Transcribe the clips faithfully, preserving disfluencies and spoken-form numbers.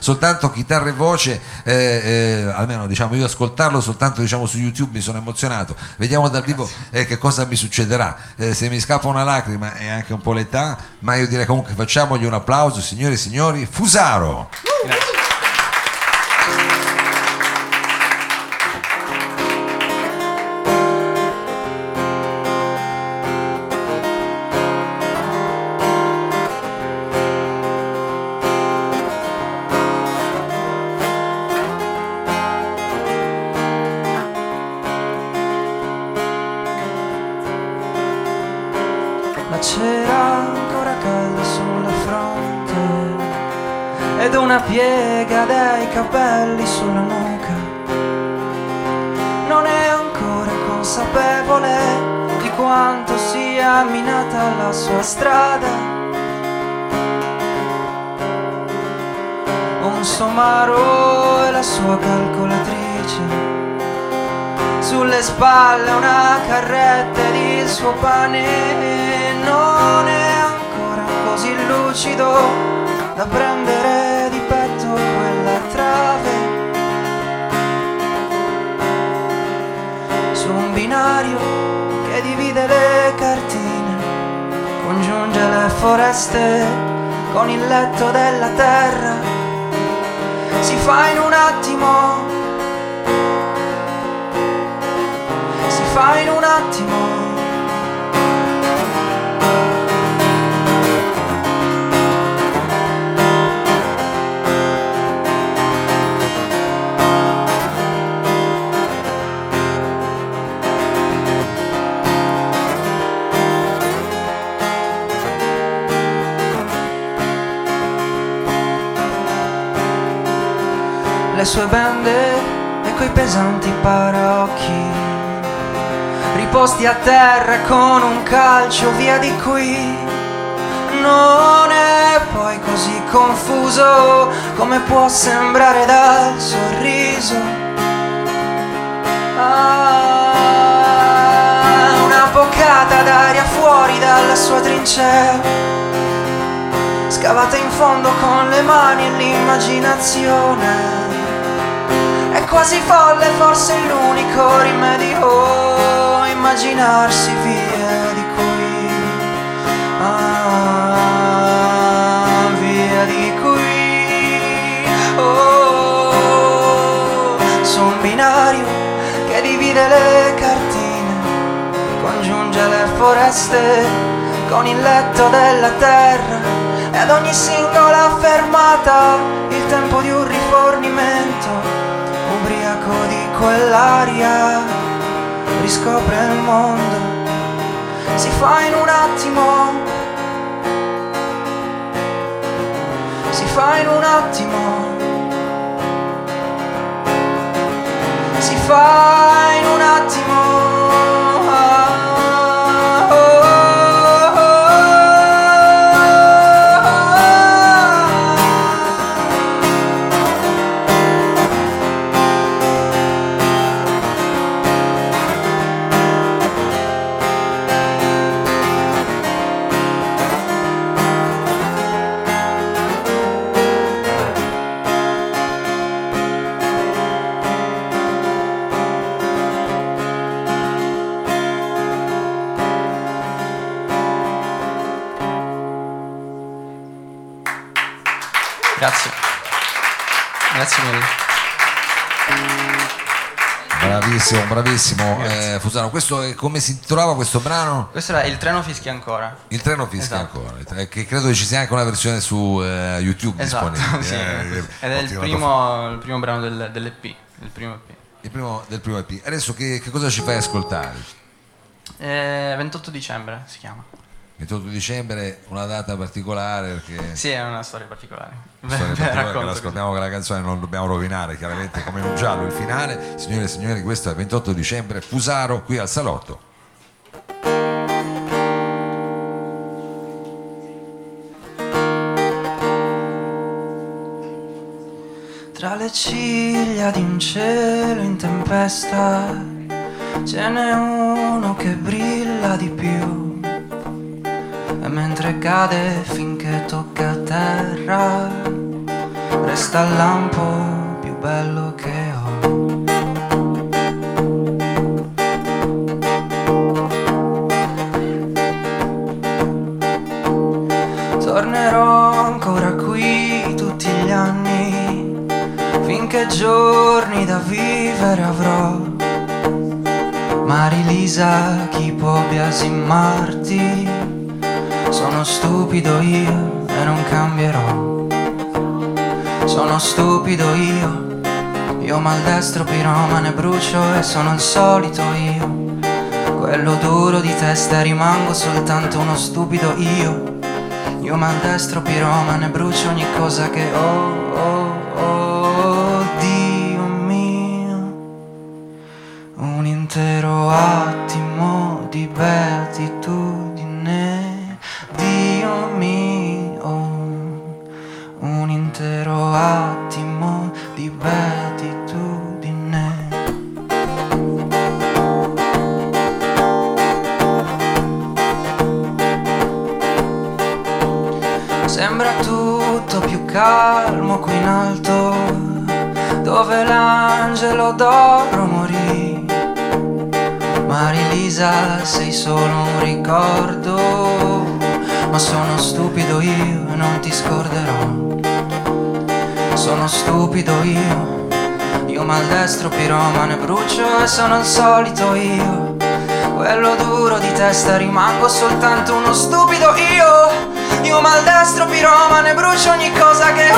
soltanto chitarra e voce, eh, eh, almeno diciamo io ascoltarlo soltanto diciamo su YouTube mi sono emozionato. Vediamo dal vivo eh, che cosa mi succederà, eh, se mi scappa una lacrima è anche un po' l'età, ma io direi comunque facciamogli un applauso, signore e signori, Fusaro. Grazie. La cera ancora calda sulla fronte ed una piega dei capelli sulla nuca. Non è ancora consapevole di quanto sia minata la sua strada. Un somaro e la sua calcolatrice, sulle spalle una carretta ed il suo pane. Non è ancora così lucido da prendere di petto quella trave. Su un binario che divide le cartine, congiunge le foreste con il letto della terra. Si fa in un attimo, si fa in un attimo. Le sue bende e quei pesanti paraocchi riposti a terra con un calcio via di qui. Non è poi così confuso come può sembrare dal sorriso. Ah, una boccata d'aria fuori dalla sua trincea, scavata in fondo con le mani e l'immaginazione. È quasi folle, forse è l'unico rimedio, immaginarsi via di qui. Ah, via di qui. Oh, su un binario che divide le cartine, congiunge le foreste con il letto della terra. E ad ogni singola fermata il tempo di un rifornimento. Ubriaco di quell'aria riscopre il mondo. Si fa in un attimo, si fa in un attimo, si fa in un attimo. Grazie. Grazie mille. Bravissimo, bravissimo. Eh, Fusaro, questo è, come si trovava questo brano? Questo era Il treno fischia ancora. Il treno fischia Esatto. ancora, che credo ci sia anche una versione su eh, YouTube Esatto, disponibile. sì. Eh, Ed è il primo, il primo brano del, dell'E P, il primo E P. Il primo, del primo E P. Adesso che, che cosa ci fai ascoltare? Eh, ventotto dicembre si chiama. ventotto dicembre, una data particolare perché... Sì, è una storia particolare. Storia Beh, particolare che racconto l'ascoltiamo con la canzone, non dobbiamo rovinare chiaramente come in un giallo il finale. Signore e signori, questo è il ventotto dicembre, Fusaro qui al Salotto. Tra le ciglia di un cielo in tempesta ce n'è uno che brilla di più, e mentre cade finché tocca terra resta il lampo più bello che ho. Tornerò ancora qui tutti gli anni, finché giorni da vivere avrò. Marilisa, chi può biasimarti? Sono stupido io e non cambierò. Sono stupido io, io maldestro piromane brucio e sono il solito io, quello duro di testa e rimango soltanto uno stupido io. Io maldestro piromane brucio ogni cosa che ho, oh, oh, Dio mio. Un intero attimo di beatitudine, Dio mio. Un intero attimo di beatitudine. Sembra tutto più calmo qui in alto, dove l'angelo d'oro morì. Marilisa, sei solo un ricordo, ma sono stupido io e non ti scorderò. Sono stupido io, io maldestro piromane brucio e sono il solito io, quello duro di testa rimango soltanto uno stupido io. Io maldestro piromane brucio ogni cosa che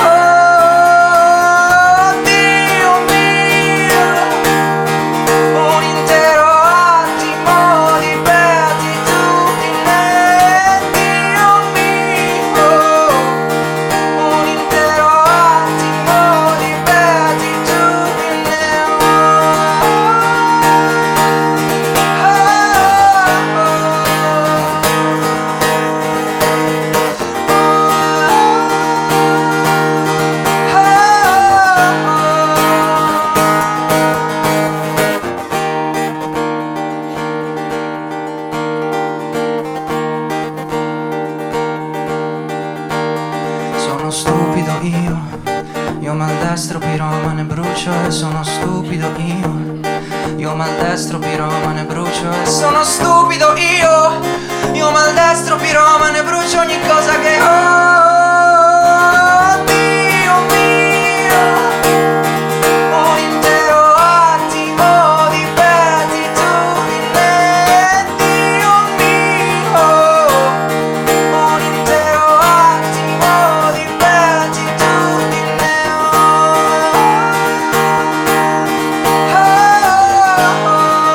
ho, Dio mio. Un intero attimo di beatitudine, Dio mio. Un intero attimo di beatitudine, oh, oh, oh. Sono stupido io, io maldestro piromane brucio e sono stupido io. Io maldestro piromane brucio e sono stupido io. Io maldestro piromane brucio ogni cosa che ho, Dio mio. Un intero attimo di beatitudine, Dio mio. Un intero attimo di beatitudine, oh, oh, oh.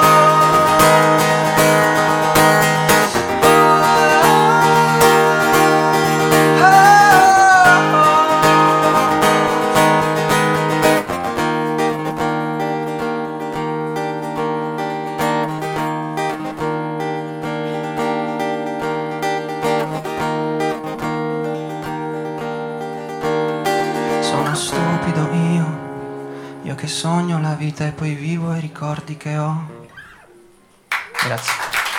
Sono stupido io, io che sogno la vita e poi vivo i ricordi che ho. Grazie.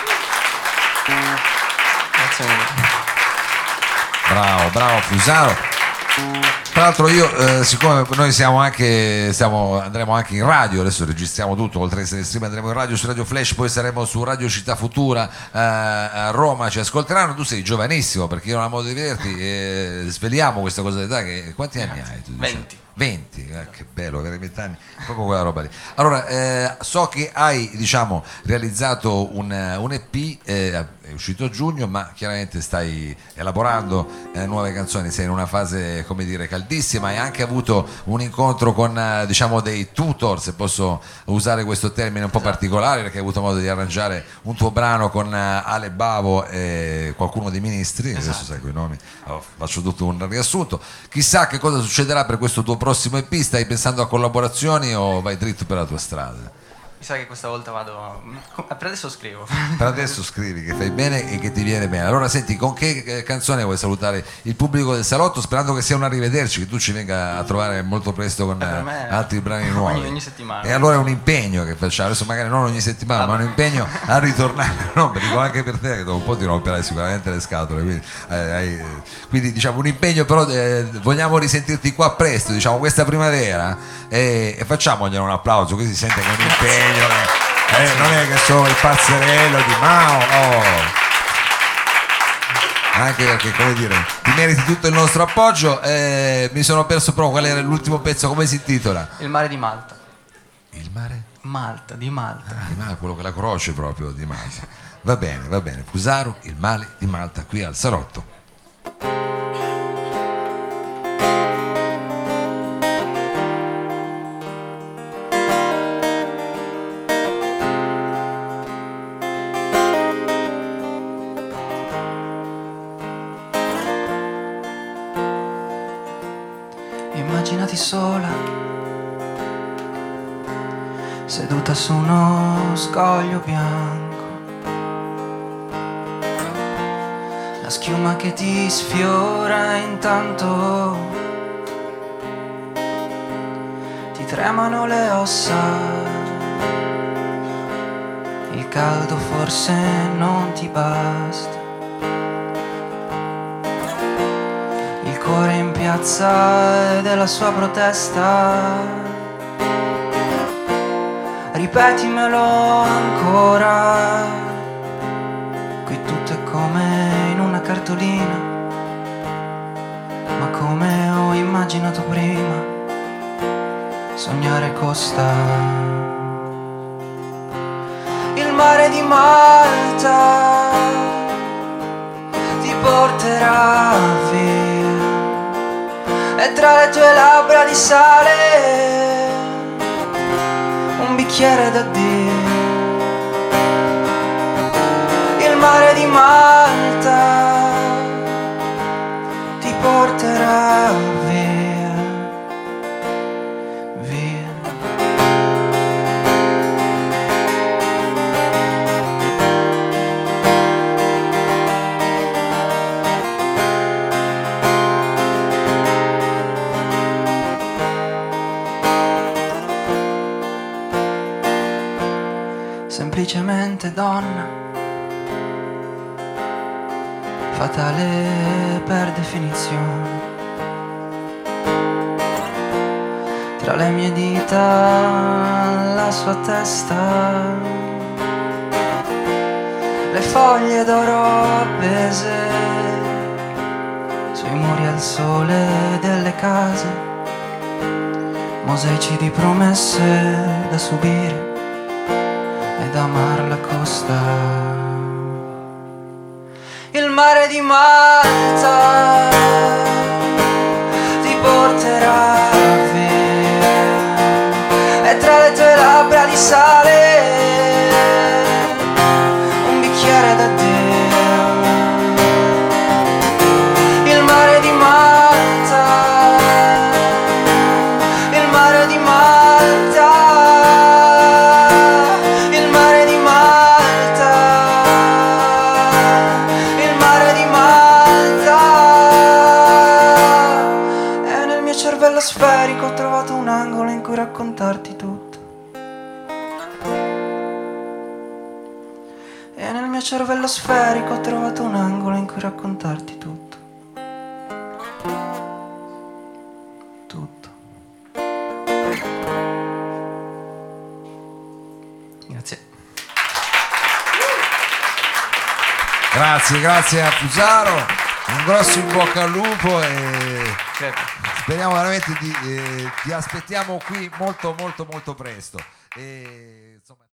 Grazie mille. Bravo, bravo Fusaro. Tra l'altro io, eh, siccome noi siamo anche, siamo, andremo anche in radio, adesso registriamo tutto, oltre a essere in stream andremo in radio su Radio Flash, poi saremo su Radio Città Futura, eh, a Roma ci ascolteranno. Tu sei giovanissimo, perché io non ho modo di vederti, eh, sveliamo questa cosa d'età, che quanti anni hai tu? venti. venti, eh, che bello, avere venti anni, proprio quella roba lì. Allora, eh, so che hai, diciamo, realizzato un, un E P, eh, è uscito a giugno, ma chiaramente stai elaborando eh, nuove canzoni, sei in una fase, come dire, caldissima. Hai anche avuto un incontro con, eh, diciamo, dei tutor, se posso usare questo termine un po' particolare, perché hai avuto modo di arrangiare un tuo brano con eh, Ale Bavo e qualcuno dei ministri, esatto. Adesso sai quei nomi, allora, faccio tutto un riassunto. Chissà che cosa succederà per questo tuo prossimo E P, stai pensando a collaborazioni o vai dritto per la tua strada? Mi sa che questa volta vado. Per adesso scrivo. Per adesso scrivi, che fai bene e che ti viene bene. Allora senti, con che eh, canzone vuoi salutare il pubblico del salotto, sperando che sia un arrivederci, che tu ci venga a trovare molto presto con eh, altri brani nuovi. Ogni, ogni settimana. E allora è un impegno che facciamo, adesso magari non ogni settimana, ma un impegno a ritornare. No, dico anche per te che dopo un po' ti romperai sicuramente le scatole. Quindi, eh, hai, quindi diciamo un impegno, però eh, vogliamo risentirti qua presto, diciamo questa primavera, e, e facciamoglielo un applauso, così si sente che è un impegno. Eh, non è che sono il pazzerello di Mao, oh. Anche perché, come dire, ti meriti tutto il nostro appoggio. Eh, mi sono perso però qual era l'ultimo pezzo, come si intitola? Il mare di Malta. Il mare? Malta, di Malta. Ah, di Malta, quello che la croce proprio di Malta. Va bene, va bene. Fusaro, il mare di Malta, qui al salotto. Immaginati sola, seduta su uno scoglio bianco, la schiuma che ti sfiora, intanto ti tremano le ossa, il caldo forse non ti basta. Il cuore in piazza della sua protesta, ripetimelo ancora, qui tutto è come in una cartolina, ma come ho immaginato prima, sognare costa. Il mare di Malta ti porterà via, e tra le tue labbra di sale un bicchiere da Dio. Il mare di Malta ti porterà via, via. Semplicemente donna, fatale per definizione. Tra le mie dita la sua testa, le foglie d'oro appese sui muri al sole delle case, mosaici di promesse da subire ed amar la costa. Il mare di Malta ti porterà via, e tra le tue labbra di sale un bicchiere da Dio. Il mare di Malta, il mare di Malta, il mare di Malta, il mare di Malta. E nel mio cervello sferico ho trovato un angolo in cui raccontarti tutto. E nel mio cervello sferico ho trovato un angolo in cui raccontarti tutto. Tutto. Grazie. Grazie, grazie a Fusaro, un grosso in bocca al lupo e speriamo veramente di, eh, ti aspettiamo qui molto molto molto presto. E, insomma...